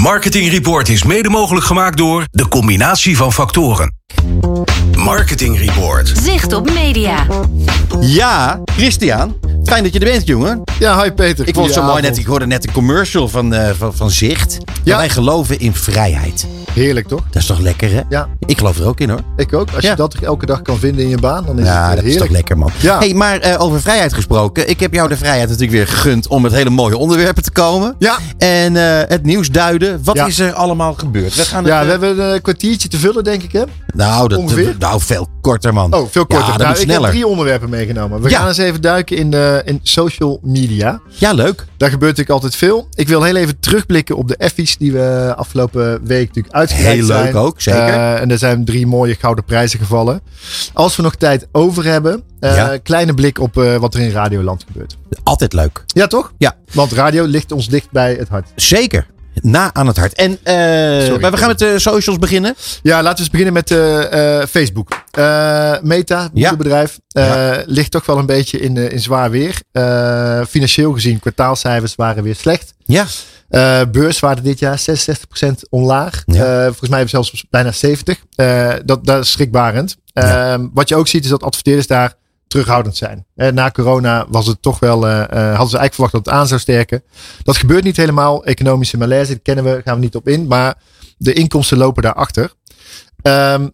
Marketing Report is mede mogelijk gemaakt door de combinatie van factoren. Marketing Report. Zicht op media. Ja, Christian. Fijn dat je er bent, jongen. Ja, hi Peter. Ik vond het zo mooi net. Ik hoorde net een commercial van Zicht. Ja. Wij geloven in vrijheid. Heerlijk, toch? Dat is toch lekker, hè? Ja. Ik geloof er ook in, hoor. Ik ook. Als je dat elke dag kan vinden in je baan, dan is het dat heerlijk. is toch lekker, man. Ja. Hey, maar over vrijheid gesproken. Ik heb jou de vrijheid natuurlijk weer gegund om met hele mooie onderwerpen te komen. Ja. En het nieuws duiden. Wat is er allemaal gebeurd? We hebben een kwartiertje te vullen, denk ik, hè? Nou, veel korter, man. Oh, veel korter. Ja, dat moet ik sneller. heb 3 onderwerpen meegenomen. We gaan eens even duiken in social media. Ja, leuk. Daar gebeurt natuurlijk altijd veel. Ik wil heel even terugblikken op de Effies die we afgelopen week natuurlijk uitgereikt zijn. Heel leuk ook, zeker. En er zijn 3 mooie gouden prijzen gevallen. Als we nog tijd over hebben, kleine blik op wat er in Radioland gebeurt. Altijd leuk. Ja, toch? Ja. Want radio ligt ons dicht bij het hart. Zeker. Na aan het hart. En maar we gaan met de socials beginnen. Ja, laten we eens beginnen met Facebook. Meta, moederbedrijf, ligt toch wel een beetje in zwaar weer. Financieel gezien, kwartaalcijfers waren weer slecht. Ja. Beurswaarde dit jaar 66% omlaag. Ja. Volgens mij zelfs bijna 70%. Dat is schrikbarend. Wat je ook ziet is dat adverteerders daar terughoudend zijn. Na corona was het toch wel, hadden ze eigenlijk verwacht dat het aan zou sterken. Dat gebeurt niet helemaal. Economische malaise, dat kennen we, gaan we niet op in. Maar de inkomsten lopen daarachter. Even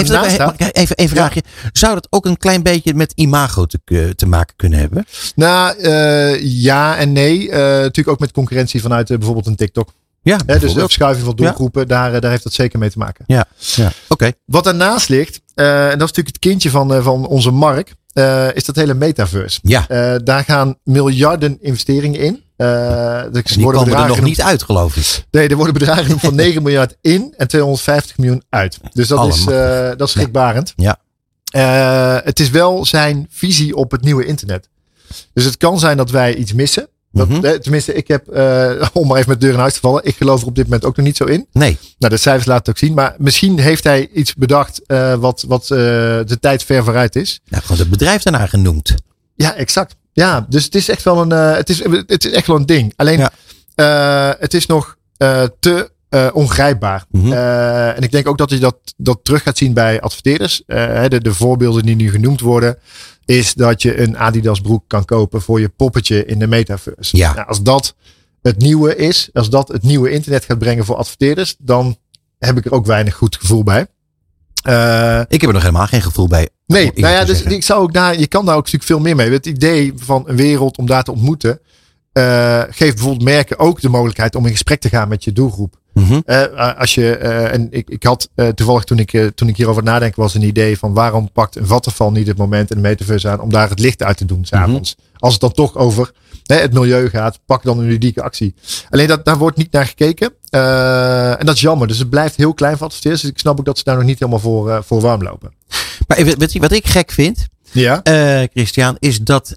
een vraagje. Zou dat ook een klein beetje met imago te maken kunnen hebben? Nou, ja en nee. Natuurlijk ook met concurrentie vanuit bijvoorbeeld een TikTok. Ja, dus de verschuiving van doelgroepen, daar heeft dat zeker mee te maken. Ja. Oké. Wat daarnaast ligt, en dat is natuurlijk het kindje van onze Mark, is dat hele metaverse. Ja. Daar gaan miljarden investeringen in. Die komen er nog niet uit, geloof ik. Nee, er worden bedragen van 9 miljard in en 250 miljoen uit. Dus dat is schrikbarend. Ja. Het is wel zijn visie op het nieuwe internet. Dus het kan zijn dat wij iets missen. Tenminste, ik heb, om maar even met de deur in huis te vallen, ik geloof er op dit moment ook nog niet zo in. Nee. Nou, de cijfers laten het ook zien. Maar misschien heeft hij iets bedacht wat de tijd ver vooruit is. Nou, gewoon het bedrijf daarna genoemd. Ja, exact. Ja, dus het is echt wel het is echt wel een ding. Alleen, het is nog te ongrijpbaar. En ik denk ook dat je dat terug gaat zien bij adverteerders. De voorbeelden die nu genoemd worden, is dat je een Adidas broek kan kopen voor je poppetje in de metaverse. Ja. Nou, als dat het nieuwe is, als dat het nieuwe internet gaat brengen voor adverteerders, dan heb ik er ook weinig goed gevoel bij. Ik heb er nog helemaal geen gevoel bij. Nee, nou ja, dus ik zou ook je kan daar ook natuurlijk veel meer mee. Het idee van een wereld om daar te ontmoeten, geeft bijvoorbeeld merken ook de mogelijkheid om in gesprek te gaan met je doelgroep. Als je, en ik had toevallig toen ik hierover nadenken was een idee van waarom pakt een Vattenfall niet het moment en de metaverse aan om daar het licht uit te doen 's avonds. Als het dan toch over het milieu gaat, pak dan een ludieke actie. Alleen daar wordt niet naar gekeken. En dat is jammer. Dus het blijft heel klein voor adverteerders. Dus ik snap ook dat ze daar nog niet helemaal voor warm lopen. Maar weet je wat ik gek vind, Christian, is dat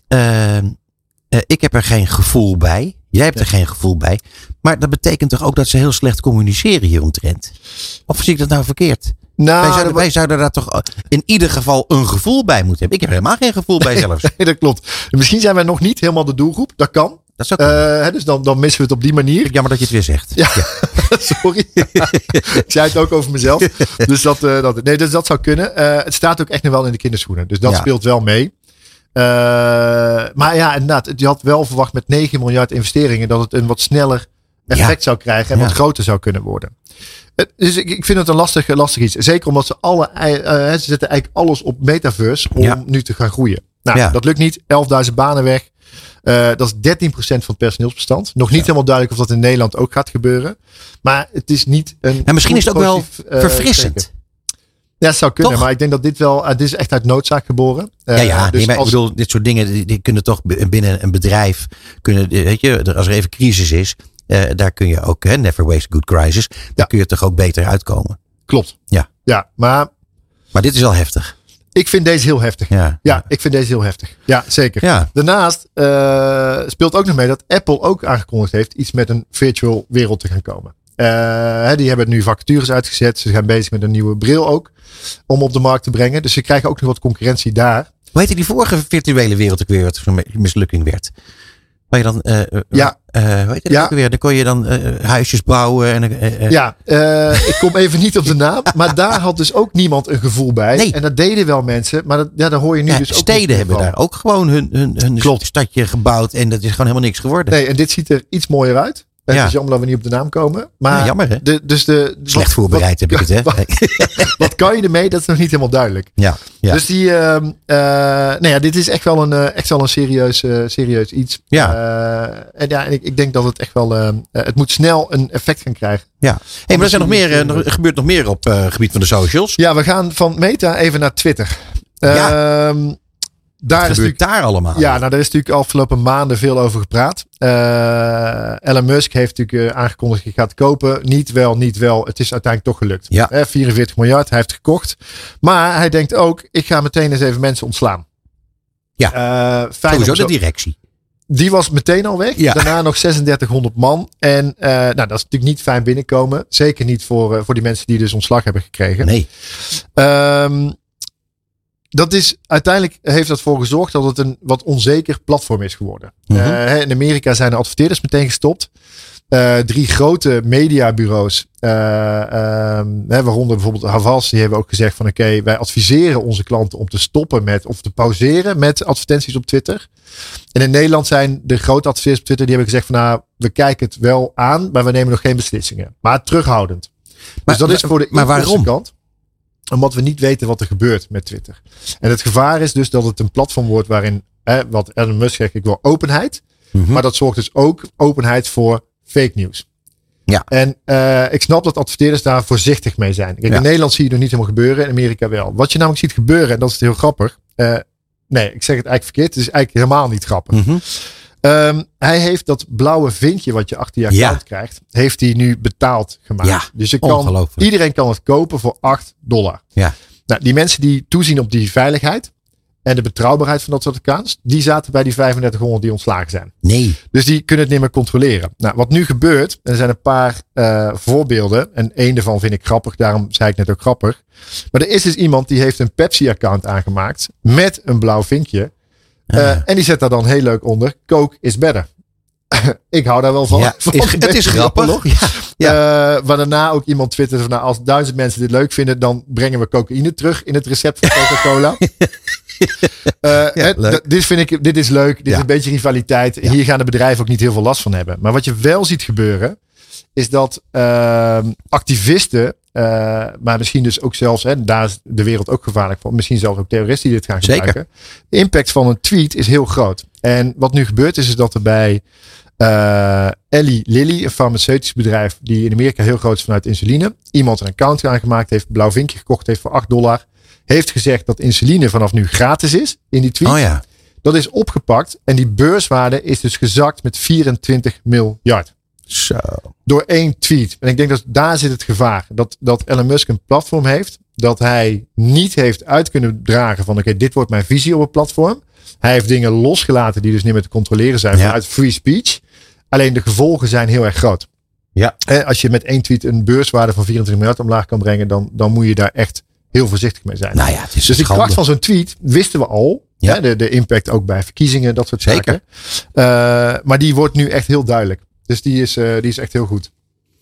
ik heb er geen gevoel bij. Jij hebt er geen gevoel bij. Maar dat betekent toch ook dat ze heel slecht communiceren hieromtrent? Of zie ik dat nou verkeerd? Nou, wij zouden daar toch in ieder geval een gevoel bij moeten hebben. Ik heb er helemaal geen gevoel bij zelfs. Nee, dat klopt. Misschien zijn wij nog niet helemaal de doelgroep. Dat kan. Dat zou kunnen. Dus dan missen we het op die manier. Jammer dat je het weer zegt. Ja. Sorry. Ik zei het ook over mezelf. Dus dat zou kunnen. Het staat ook echt nog wel in de kinderschoenen. Dus dat speelt wel mee. Maar ja, inderdaad. Je had wel verwacht met 9 miljard investeringen dat het een wat sneller effect zou krijgen en wat groter zou kunnen worden. Dus ik vind het een lastig iets. Zeker omdat ze ze zetten eigenlijk alles op metaverse om nu te gaan groeien. Nou, dat lukt niet. 11.000 banen weg. Dat is 13% van het personeelsbestand. Nog niet helemaal duidelijk of dat in Nederland ook gaat gebeuren. Maar het is niet een... misschien is het ook wel verfrissend. Ja, het zou kunnen. Toch? Maar ik denk dat dit is echt uit noodzaak geboren. Dus ik bedoel, dit soort dingen die kunnen toch binnen een bedrijf, weet je, als er even crisis is, daar kun je ook, never waste a good crisis, daar kun je toch ook beter uitkomen. Klopt. Ja, maar dit is wel heftig. Ik vind deze heel heftig. Ja, ik vind deze heel heftig. Ja, zeker. Ja. Daarnaast speelt ook nog mee dat Apple ook aangekondigd heeft iets met een virtual wereld te gaan komen. Die hebben nu vacatures uitgezet. Ze zijn bezig met een nieuwe bril ook. Om op de markt te brengen. Dus ze krijgen ook nog wat concurrentie daar. Hoe heette die vorige virtuele wereld ook weer wat zo'n mislukking werd? Waar je dan, hoe heet het ook weer? Dan kon je dan huisjes bouwen. Ik kom even niet op de naam. Maar daar had dus ook niemand een gevoel bij. Nee. En dat deden wel mensen. Maar daar hoor je nu dus ook steden hebben daar ook gewoon hun stadje gebouwd. En dat is gewoon helemaal niks geworden. Nee, en dit ziet er iets mooier uit. Het is jammer dat we niet op de naam komen. Maar jammer hè? Slecht voorbereid heb ik het hè? Wat kan je ermee? Dat is nog niet helemaal duidelijk. Ja. Dus dit is echt wel een serieus iets. Ja. En ik denk dat het echt wel... het moet snel een effect gaan krijgen. Ja. Hey, maar er gebeurt nog meer op het gebied van de socials. Ja, we gaan van Meta even naar Twitter. Wat gebeurt daar allemaal? Ja, daar is natuurlijk afgelopen maanden veel over gepraat. Elon Musk heeft natuurlijk aangekondigd dat hij gaat kopen. Niet wel. Het is uiteindelijk toch gelukt. Ja. 44 miljard, hij heeft gekocht. Maar hij denkt ook, ik ga meteen eens even mensen ontslaan. Ja, sowieso de directie. Die was meteen al weg. Ja. Daarna nog 3600 man. En dat is natuurlijk niet fijn binnenkomen. Zeker niet voor die mensen die dus ontslag hebben gekregen. Nee. Uiteindelijk heeft dat voor gezorgd dat het een wat onzeker platform is geworden. Mm-hmm. In Amerika zijn de adverteerders meteen gestopt. 3 grote mediabureaus, waaronder bijvoorbeeld Havas, die hebben ook gezegd van oké, wij adviseren onze klanten om te stoppen of te pauzeren met advertenties op Twitter. En in Nederland zijn de grote adverteerders op Twitter, die hebben gezegd van we kijken het wel aan, maar we nemen nog geen beslissingen. Maar terughoudend. Dus dat is voor de waarom? kant. Omdat we niet weten wat er gebeurt met Twitter. En het gevaar is dus dat het een platform wordt waarin, wat Elon Musk zegt, ik wil openheid. Mm-hmm. Maar dat zorgt dus ook openheid voor fake nieuws. Ja. En ik snap dat adverteerders daar voorzichtig mee zijn. Kijk, in Nederland zie je het nog niet helemaal gebeuren. In Amerika wel. Wat je namelijk ziet gebeuren, en dat is heel grappig. Nee, ik zeg het eigenlijk verkeerd. Het is eigenlijk helemaal niet grappig. Mm-hmm. Hij heeft dat blauwe vinkje wat je achter je account krijgt, heeft hij nu betaald gemaakt. Ja, dus iedereen kan het kopen voor $8. Ja. Nou, die mensen die toezien op die veiligheid en de betrouwbaarheid van dat soort accounts, die zaten bij die 3500 die ontslagen zijn. Nee. Dus die kunnen het niet meer controleren. Nou, wat nu gebeurt, en er zijn een paar voorbeelden, en één daarvan vind ik grappig, daarom zei ik net ook grappig. Maar er is dus iemand die heeft een Pepsi-account aangemaakt met een blauw vinkje. En die zet daar dan heel leuk onder. Coke is better. Ik hou daar wel van. Ja, het is grappig. Waar daarna ook iemand twitterde van als 1000 mensen dit leuk vinden, dan brengen we cocaïne terug in het recept van Coca-Cola. Dit is leuk. Dit is een beetje rivaliteit. Ja. Hier gaan de bedrijven ook niet heel veel last van hebben. Maar wat je wel ziet gebeuren, is dat activisten, maar misschien dus ook zelfs, daar is de wereld ook gevaarlijk voor, misschien zelfs ook terroristen die dit gaan gebruiken. Zeker. De impact van een tweet is heel groot. En wat nu gebeurt is dat er bij Eli Lilly, een farmaceutisch bedrijf die in Amerika heel groot is vanuit insuline, iemand een account aangemaakt heeft, een blauw vinkje gekocht heeft voor $8, heeft gezegd dat insuline vanaf nu gratis is in die tweet. Oh ja. Dat is opgepakt en die beurswaarde is dus gezakt met 24 miljard. Zo. Door 1 tweet. En ik denk dat daar zit het gevaar. Dat Elon Musk een platform heeft. Dat hij niet heeft uit kunnen dragen van oké, dit wordt mijn visie op het platform. Hij heeft dingen losgelaten die dus niet meer te controleren zijn vanuit free speech. Alleen de gevolgen zijn heel erg groot. Ja. Als je met 1 tweet een beurswaarde van 24 miljard omlaag kan brengen, dan moet je daar echt heel voorzichtig mee zijn. Nou ja, het is dus die kracht van zo'n tweet wisten we al. Ja. De impact ook bij verkiezingen, dat soort zaken. Maar die wordt nu echt heel duidelijk. Dus die is echt heel goed.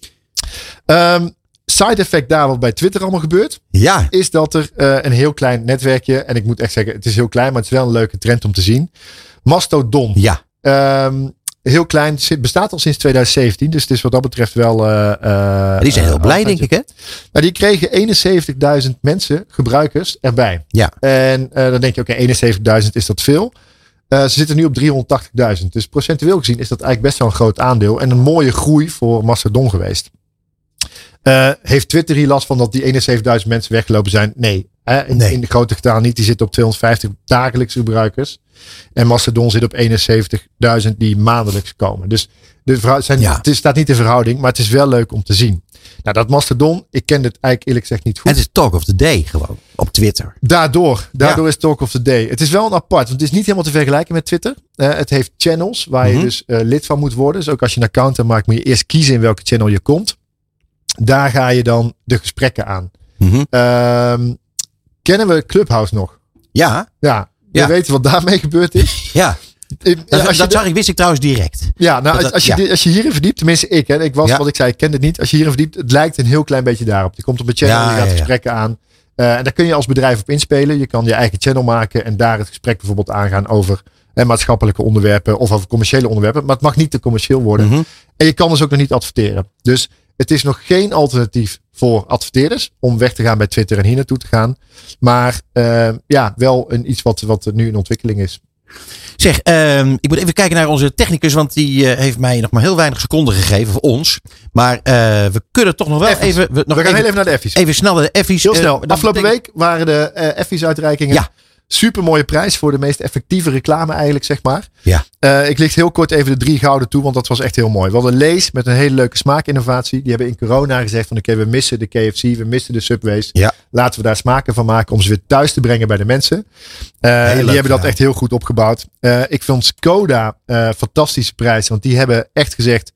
Side effect daar wat bij Twitter allemaal gebeurt. Ja. Is dat er een heel klein netwerkje. En ik moet echt zeggen, het is heel klein. Maar het is wel een leuke trend om te zien. Mastodon. Ja. Heel klein. Bestaat al sinds 2017. Dus het is wat dat betreft wel... die zijn heel blij, denk ik, hè? Nou, die kregen 71.000 mensen, gebruikers, erbij. Ja. En dan denk je, oké, 71.000 is dat veel. Ze zitten nu op 380.000. Dus procentueel gezien is dat eigenlijk best wel een groot aandeel. En een mooie groei voor Mastodon geweest. Heeft Twitter hier last van dat die 71.000 mensen weggelopen zijn? Nee. In de grote getal niet. Die zitten op 250 dagelijkse gebruikers. En Mastodon zit op 71.000 die maandelijks komen. Dus het staat niet in verhouding. Maar het is wel leuk om te zien. Nou, dat Mastodon, ik ken het eigenlijk eerlijk gezegd niet goed. En het is Talk of the Day gewoon op Twitter. Daardoor is Talk of the Day. Het is wel een apart, want het is niet helemaal te vergelijken met Twitter. Het heeft channels waar je dus lid van moet worden. Dus ook als je een account maakt, moet je eerst kiezen in welke channel je komt. Daar ga je dan de gesprekken aan. Kennen we Clubhouse nog? Ja. Ja. We weten wat daarmee gebeurd is. Ja. Wist ik trouwens direct. Ja, nou, als je hierin verdiept, tenminste ik, hè, wat ik zei, ik kende het niet. Als je hierin verdiept, het lijkt een heel klein beetje daarop. Je komt op een channel, je gaat gesprekken aan. En daar kun je als bedrijf op inspelen. Je kan je eigen channel maken en daar het gesprek bijvoorbeeld aangaan over maatschappelijke onderwerpen of over commerciële onderwerpen. Maar het mag niet te commercieel worden. Mm-hmm. En je kan dus ook nog niet adverteren. Dus het is nog geen alternatief voor adverteerders om weg te gaan bij Twitter en hier naartoe te gaan. Maar wel iets wat nu in ontwikkeling is. Zeg, ik moet even kijken naar onze technicus, want die heeft mij nog maar heel weinig seconden gegeven voor ons. Maar we kunnen toch nog wel Effies. We gaan heel even naar de Effies. Even snel naar de Effies. Heel snel. Afgelopen week waren de Effies-uitreikingen. Ja. Super mooie prijs voor de meest effectieve reclame eigenlijk, zeg maar. Ja. Ik licht heel kort even de 3 gouden toe, want dat was echt heel mooi. We hadden Lay's met een hele leuke smaakinnovatie. Die hebben in corona gezegd van oké, we missen de KFC, we missen de Subways. Ja. Laten we daar smaken van maken om ze weer thuis te brengen bij de mensen. Die hebben dat echt heel goed opgebouwd. Ik vond Skoda fantastische prijs, want die hebben echt gezegd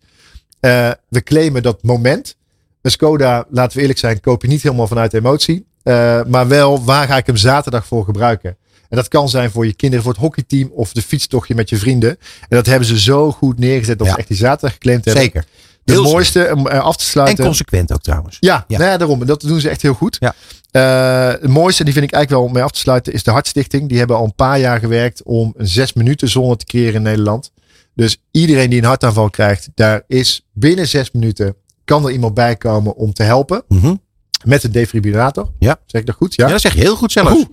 we claimen dat moment. Skoda, laten we eerlijk zijn, koop je niet helemaal vanuit emotie. Maar wel, waar ga ik hem zaterdag voor gebruiken? En dat kan zijn voor je kinderen, voor het hockeyteam of de fietstochtje met je vrienden. En dat hebben ze zo goed neergezet dat ze echt die zaterdag geclaimd hebben. Zeker. Het mooiste om af te sluiten. En consequent ook trouwens. Ja. Daarom. En dat doen ze echt heel goed. Ja. Het mooiste, die vind ik eigenlijk wel om mee af te sluiten, is de Hartstichting. Die hebben al een paar jaar gewerkt om een 6 minuten zone te creëren in Nederland. Dus iedereen die een hartaanval krijgt, daar is binnen 6 minuten kan er iemand bij komen om te helpen. Mm-hmm. Met een defibrillator. Ja. Zeg ik dat goed? Ja, dat zeg je heel goed zelfs.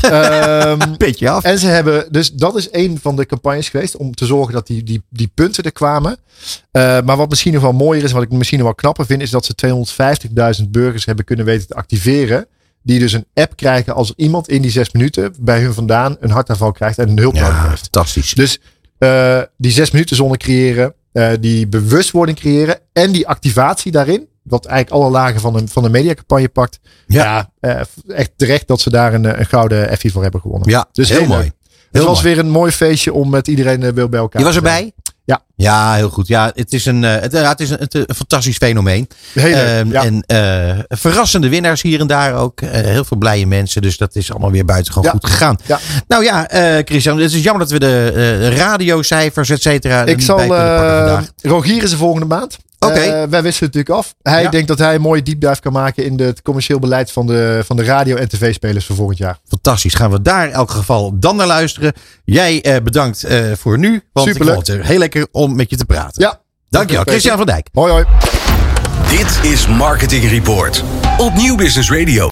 Beetje af. En ze hebben, dus dat is een van de campagnes geweest om te zorgen dat die punten er kwamen. Maar wat misschien nog wel mooier is, wat ik misschien nog wel knapper vind, is dat ze 250.000 burgers hebben kunnen weten te activeren. Die dus een app krijgen als er iemand in die 6 minuten bij hun vandaan een hartaanval krijgt en een hulp nodig heeft. Fantastisch. Dus die 6 minuten zone creëren, die bewustwording creëren en die activatie daarin. Wat eigenlijk alle lagen van de mediacampagne pakt. Ja, echt terecht dat ze daar een gouden Effie voor hebben gewonnen. Ja, dus heel mooi. Het was weer een mooi feestje om met iedereen weer bij elkaar te zijn. Je was erbij? Ja. Ja, heel goed. Ja, het is een fantastisch fenomeen. En verrassende winnaars hier en daar ook. Heel veel blije mensen. Dus dat is allemaal weer buitengewoon goed gegaan. Ja. Nou ja, Christian, het is jammer dat we de radiocijfers, et cetera. Ik zal Rogier is de volgende maand. Wij wisten het natuurlijk af. Hij denkt dat hij een mooie deep dive kan maken in het commercieel beleid van de radio- en tv-spelers voor volgend jaar. Fantastisch. Gaan we daar in elk geval dan naar luisteren. Jij bedankt voor nu. Want superleuk. Ik vond het heel lekker om met je te praten. Ja. Dankjewel. Christian van Dijk. Hoi hoi. Dit is Marketing Report op Nieuw Business Radio.